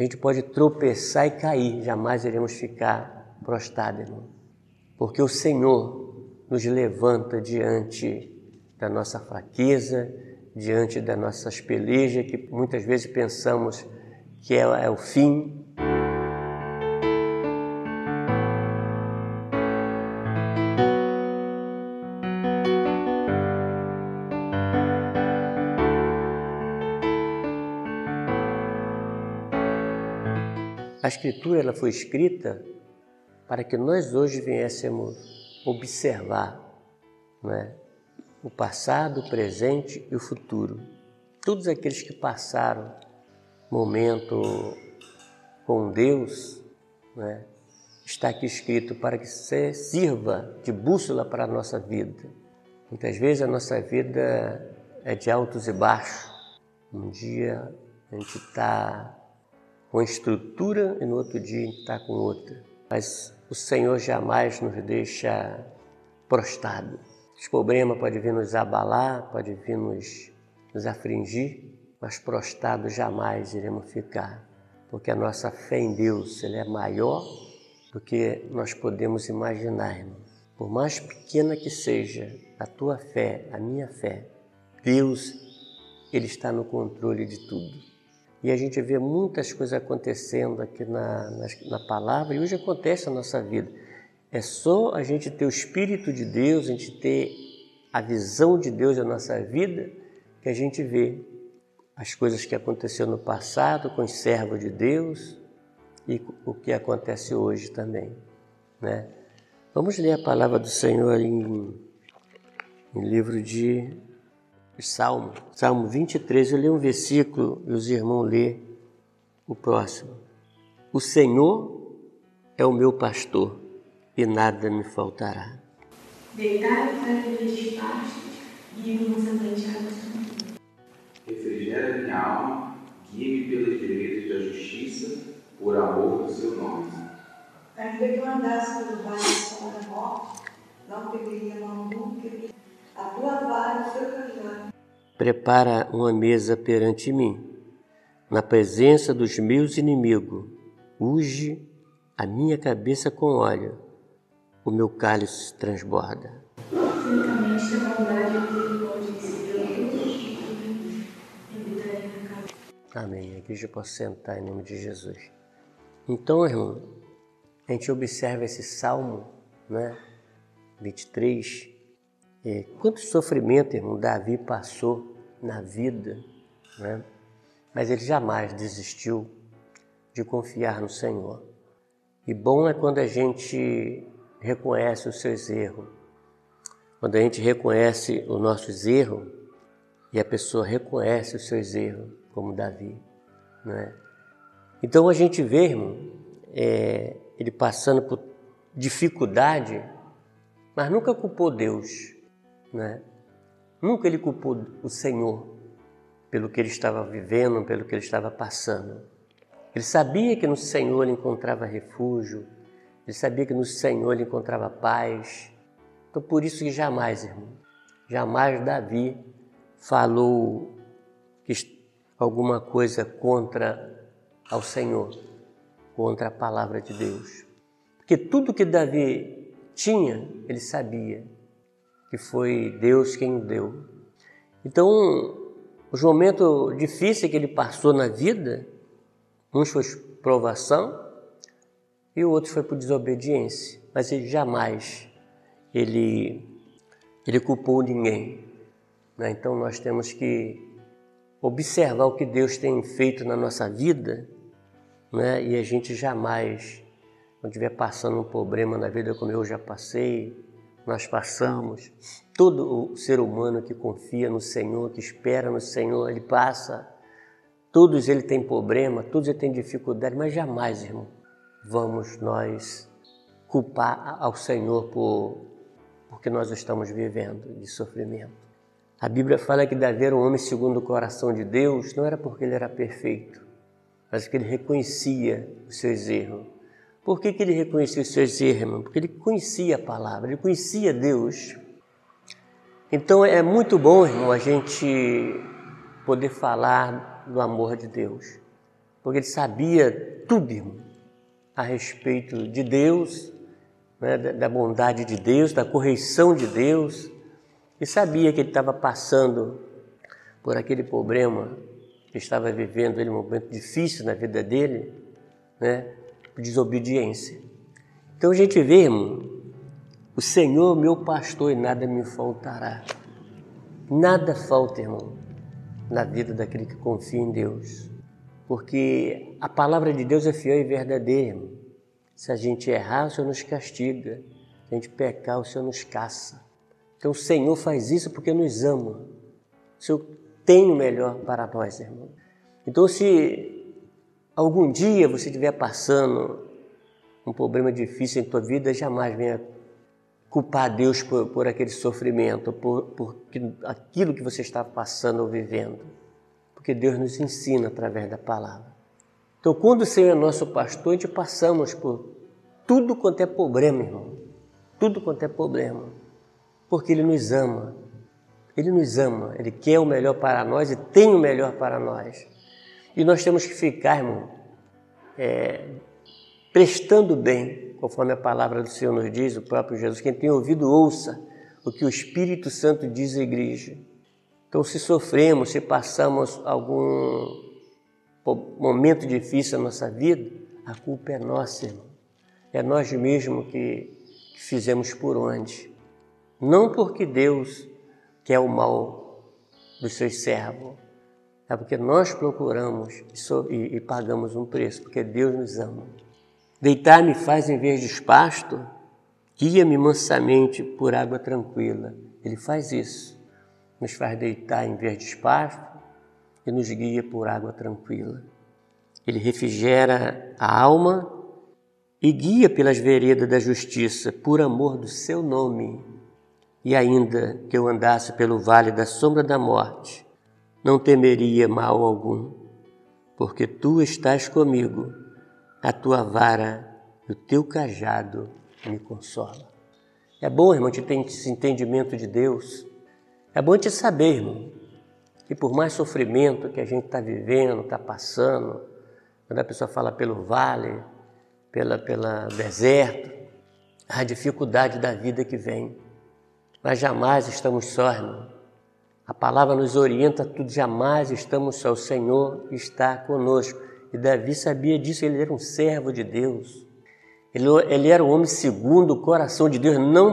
gente pode tropeçar e cair, jamais iremos ficar prostrados, irmão. Porque o Senhor nos levanta diante da nossa fraqueza, diante das nossas pelejas, que muitas vezes pensamos que é o fim. A Escritura ela foi escrita para que nós hoje viéssemos observar, não é? O passado, o presente e o futuro. Todos aqueles que passaram momento com Deus, não é? Está aqui escrito para que você sirva de bússola para a nossa vida. Muitas vezes a nossa vida é de altos e baixos. Um dia a gente está com estrutura e no outro dia a gente está com outra. Mas o Senhor jamais nos deixa prostrado. Os problemas podem vir nos abalar, podem vir nos afligir, mas prostrados jamais iremos ficar. Porque a nossa fé em Deus ela é maior do que nós podemos imaginar, irmão. Por mais pequena que seja a tua fé, a minha fé, Deus ele está no controle de tudo. E a gente vê muitas coisas acontecendo aqui na palavra e hoje acontece na nossa vida. É só a gente ter o Espírito de Deus, a gente ter a visão de Deus na nossa vida, que a gente vê as coisas que aconteceram no passado com os servos de Deus e o que acontece hoje também, né? Vamos ler a palavra do Senhor em livro de Salmo 23, eu leio um versículo e os irmãos lêem o próximo. O Senhor é o meu pastor e nada me faltará. Deitar-me para este pasto, guia-me mansamente à água. Refrigera minha alma, guia-me pelas veredas da justiça, por amor do seu nome. Ainda que eu andasse pelo vale da sombra da morte, não temeria mal nunca. A tua vara e o seu cajado. Prepara uma mesa perante mim, na presença dos meus inimigos. Unge a minha cabeça com óleo, o meu cálice transborda. Unicamente a bondade e misericórdia que se deu a todos os que habitarem na casa. Amém. A igreja pode sentar em nome de Jesus. Então, irmão, a gente observa esse Salmo, né? 23. Quanto sofrimento, irmão, Davi passou na vida, né? Mas ele jamais desistiu de confiar no Senhor. E bom é quando a gente reconhece os seus erros, quando a gente reconhece os nossos erros e a pessoa reconhece os seus erros, como Davi, né? Então a gente vê, irmão, ele passando por dificuldade, mas nunca culpou Deus, né? Nunca ele culpou o Senhor pelo que ele estava vivendo, pelo que ele estava passando. Ele sabia que no Senhor ele encontrava refúgio, ele sabia que no Senhor ele encontrava paz. Então por isso que jamais, irmão, jamais Davi falou alguma coisa contra ao Senhor, contra a palavra de Deus. Porque tudo que Davi tinha, ele sabia que foi Deus quem o deu. Então, os momentos difíceis que ele passou na vida, uns foi provação e o outro foi por desobediência. Mas ele jamais, ele culpou ninguém, né? Então nós temos que observar o que Deus tem feito na nossa vida, né? E a gente jamais, quando estiver passando um problema na vida como eu já passei, nós passamos, todo o ser humano que confia no Senhor, que espera no Senhor, ele passa, todos ele tem problema, todos ele tem dificuldade, mas jamais, irmão, vamos nós culpar ao Senhor porque nós estamos vivendo de sofrimento. A Bíblia fala que Davi era um homem segundo o coração de Deus, não era porque ele era perfeito, mas porque ele reconhecia os seus erros. Por que ele reconhecia os seus erros, irmão? Porque ele conhecia a palavra, ele conhecia Deus. Então é muito bom, irmão, a gente poder falar do amor de Deus. porque ele sabia tudo, irmão, a respeito de Deus, né, da bondade de Deus, da correção de Deus, e sabia que ele estava passando por aquele problema, que estava vivendo ele um momento difícil na vida dele, né, por desobediência. Então a gente vê, irmão, o Senhor meu pastor e nada me faltará. Nada falta, irmão, na vida daquele que confia em Deus. Porque a palavra de Deus é fiel e verdadeira, irmão. Se a gente errar, o Senhor nos castiga. Se a gente pecar, o Senhor nos caça. Então o Senhor faz isso porque nos ama. O Senhor tem o melhor para nós, irmão. Então se algum dia você estiver passando um problema difícil em tua vida, jamais venha culpar Deus por aquele sofrimento, por aquilo que você está passando ou vivendo. Porque Deus nos ensina através da palavra. Então, quando o Senhor é nosso pastor, a gente passamos por tudo quanto é problema, irmão. Tudo quanto é problema. Porque Ele nos ama. Ele nos ama. Ele quer o melhor para nós e tem o melhor para nós. E nós temos que ficar, irmão, prestando bem, conforme a palavra do Senhor nos diz, o próprio Jesus. Quem tem ouvido, ouça o que o Espírito Santo diz à igreja. Então, se sofremos, se passamos algum momento difícil na nossa vida, a culpa é nossa, irmão. É nós mesmos que fizemos por onde. Não porque Deus quer o mal dos seus servos, é porque nós procuramos e pagamos um preço, porque Deus nos ama. Deitar-me faz em vez de pasto, guia-me mansamente por água tranquila. Ele faz isso, nos faz deitar em vez de pasto e nos guia por água tranquila. Ele refrigera a alma e guia pelas veredas da justiça, por amor do seu nome. E ainda que eu andasse pelo vale da sombra da morte, não temeria mal algum, porque tu estás comigo, a tua vara e o teu cajado me consola. É bom, irmão, te ter esse entendimento de Deus. É bom te saber, irmão, que por mais sofrimento que a gente está vivendo, está passando, quando a pessoa fala pelo vale, pelo deserto, a dificuldade da vida que vem. Mas jamais estamos só, irmão. A palavra nos orienta a tudo, jamais estamos só. O Senhor está conosco. E Davi sabia disso, ele era um servo de Deus. Ele era um homem segundo o coração de Deus, não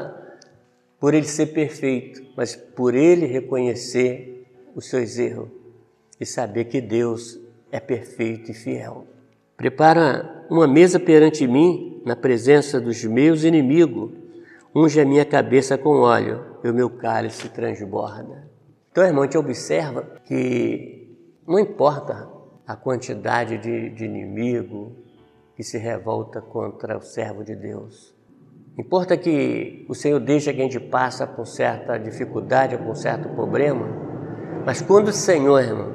por ele ser perfeito, mas por ele reconhecer os seus erros e saber que Deus é perfeito e fiel. Prepara uma mesa perante mim, na presença dos meus inimigos. Unge a minha cabeça com óleo e o meu cálice transborda. Então, irmão, a gente observa que não importa a quantidade de inimigo que se revolta contra o servo de Deus. Importa que o Senhor deixa que a gente passe por certa dificuldade, por certo problema, mas quando o Senhor, irmão,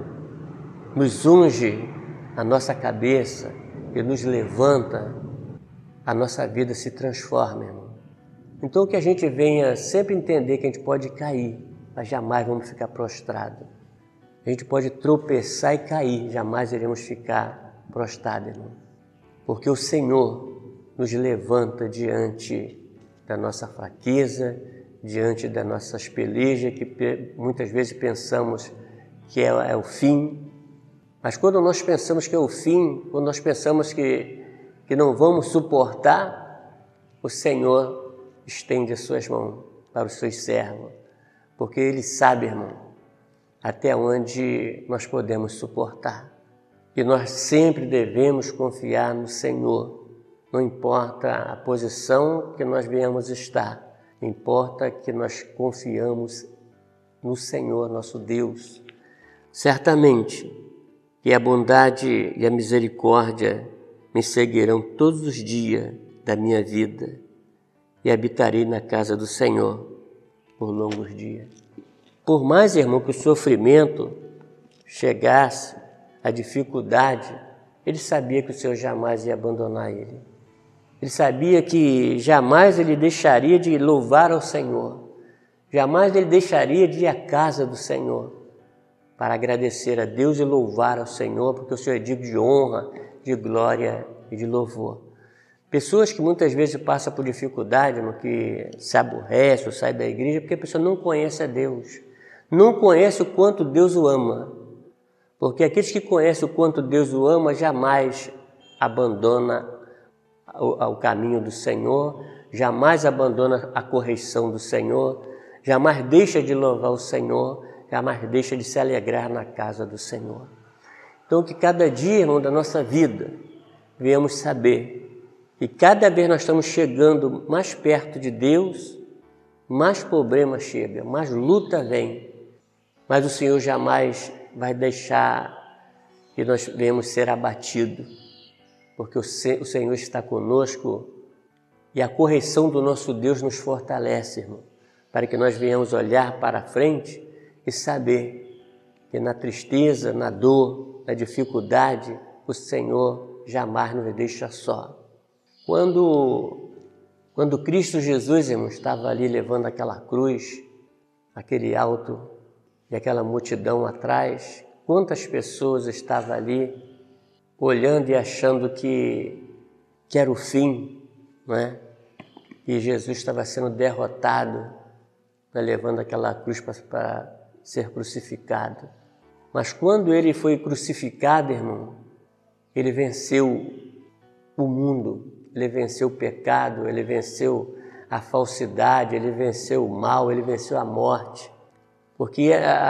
nos unge a nossa cabeça e nos levanta, a nossa vida se transforma, irmão. Então que a gente venha sempre entender que a gente pode cair, mas jamais vamos ficar prostrado. A gente pode tropeçar e cair, jamais iremos ficar prostrados, irmão. Porque o Senhor nos levanta diante da nossa fraqueza, diante das nossas pelejas, que muitas vezes pensamos que é o fim. Mas quando nós pensamos que é o fim, quando nós pensamos que não vamos suportar, o Senhor estende as suas mãos para os seus servos, porque Ele sabe, irmão, até onde nós podemos suportar. E nós sempre devemos confiar no Senhor, não importa a posição que nós venhamos estar, importa que nós confiamos no Senhor, nosso Deus. Certamente que a bondade e a misericórdia me seguirão todos os dias da minha vida, e habitarei na casa do Senhor por longos dias. Por mais, irmão, que o sofrimento chegasse, a dificuldade, ele sabia que o Senhor jamais ia abandonar ele. Ele sabia que jamais ele deixaria de louvar ao Senhor, jamais ele deixaria de ir à casa do Senhor para agradecer a Deus e louvar ao Senhor, porque o Senhor é digno de honra, de glória e de louvor. Pessoas que muitas vezes passam por dificuldade, no que se aborrece ou sai da igreja, porque a pessoa não conhece a Deus, não conhece o quanto Deus o ama. Porque aqueles que conhecem o quanto Deus o ama jamais abandona o caminho do Senhor, jamais abandona a correção do Senhor, jamais deixa de louvar o Senhor, jamais deixa de se alegrar na casa do Senhor. Então, que cada dia, irmão, da nossa vida, venhamos saber que cada vez nós estamos chegando mais perto de Deus, mais problema chega, mais luta vem, mas o Senhor jamais vai deixar que nós venhamos ser abatidos, porque o Senhor está conosco e a correção do nosso Deus nos fortalece, irmão, para que nós venhamos olhar para frente e saber que na tristeza, na dor, na dificuldade, o Senhor jamais nos deixa só. Quando Cristo Jesus, irmão, estava ali levando aquela cruz, aquele alto e aquela multidão atrás, quantas pessoas estavam ali olhando e achando que era o fim, não é? E Jesus estava sendo derrotado, né, levando aquela cruz para ser crucificado. Mas quando ele foi crucificado, irmão, ele venceu o mundo, ele venceu o pecado, ele venceu a falsidade, ele venceu o mal, ele venceu a morte. Porque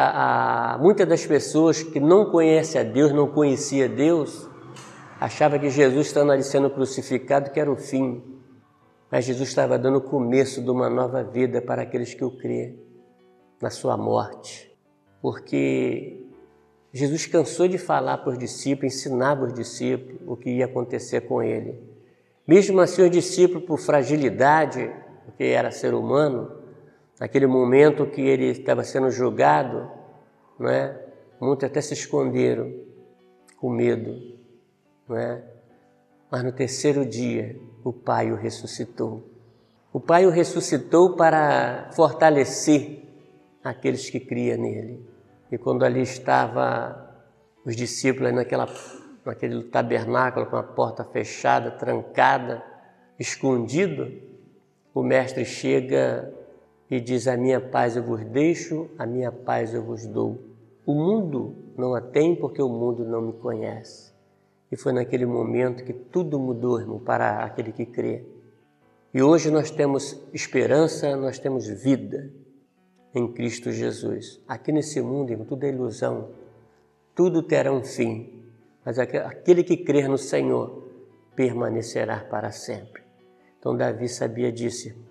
muitas das pessoas que não conhecem a Deus, não conheciam Deus, achavam que Jesus estando ali sendo crucificado que era o fim. Mas Jesus estava dando o começo de uma nova vida para aqueles que o crêem na sua morte. Porque Jesus cansou de falar para os discípulos, ensinava os discípulos o que ia acontecer com ele. Mesmo assim, os discípulos, por fragilidade, porque era ser humano, naquele momento que ele estava sendo julgado, não é? Muitos até se esconderam com medo, não é? Mas no terceiro dia, o Pai o ressuscitou. O Pai o ressuscitou para fortalecer aqueles que criam nele. E quando ali estavam os discípulos naquele tabernáculo com a porta fechada, trancada, escondido, o Mestre chega e diz: a minha paz eu vos deixo, a minha paz eu vos dou. O mundo não a tem porque o mundo não me conhece. E foi naquele momento que tudo mudou, irmão, para aquele que crê. E hoje nós temos esperança, nós temos vida em Cristo Jesus. Aqui nesse mundo, irmão, tudo é ilusão, tudo terá um fim, mas aquele que crer no Senhor permanecerá para sempre. Então Davi sabia disso, irmão.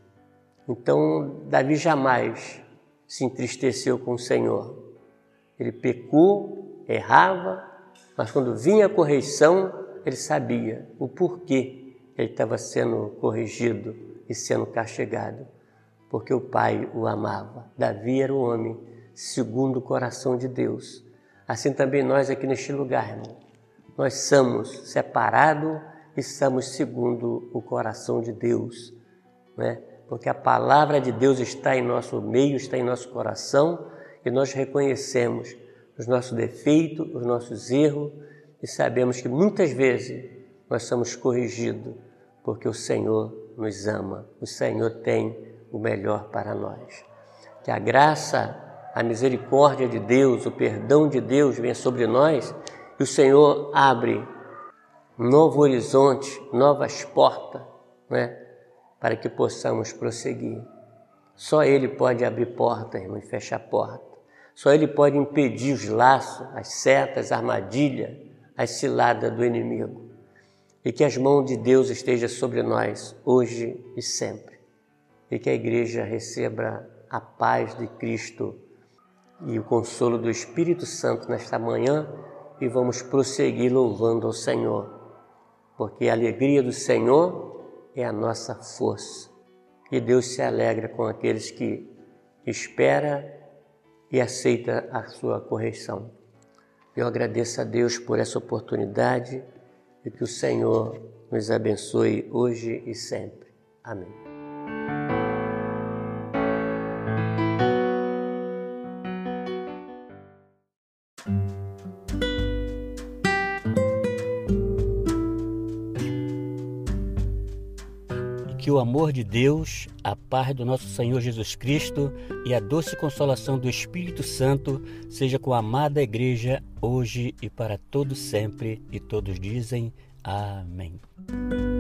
Então Davi jamais se entristeceu com o Senhor. Ele pecou, errava, mas quando vinha a correção, ele sabia o porquê ele estava sendo corrigido e sendo castigado. Porque o Pai o amava. Davi era o homem segundo o coração de Deus. Assim também nós aqui neste lugar, irmão. Nós somos separados e somos segundo o coração de Deus, né? Porque a palavra de Deus está em nosso meio, está em nosso coração, e nós reconhecemos os nossos defeitos, os nossos erros, e sabemos que muitas vezes nós somos corrigidos, porque o Senhor nos ama, o Senhor tem o melhor para nós. Que a graça, a misericórdia de Deus, o perdão de Deus venha sobre nós, e o Senhor abre um novo horizonte, novas portas, né, para que possamos prosseguir. Só Ele pode abrir porta, irmão, e fechar porta. Só Ele pode impedir os laços, as setas, as armadilhas, as ciladas do inimigo. E que as mãos de Deus estejam sobre nós, hoje e sempre. E que a igreja receba a paz de Cristo e o consolo do Espírito Santo nesta manhã, e vamos prosseguir louvando ao Senhor, porque a alegria do Senhor é a nossa força. E Deus se alegra com aqueles que espera e aceita a sua correção. Eu agradeço a Deus por essa oportunidade e que o Senhor nos abençoe hoje e sempre. Amém. Que o amor de Deus, a paz do nosso Senhor Jesus Cristo e a doce consolação do Espírito Santo seja com a amada igreja hoje e para todo sempre. E todos dizem amém.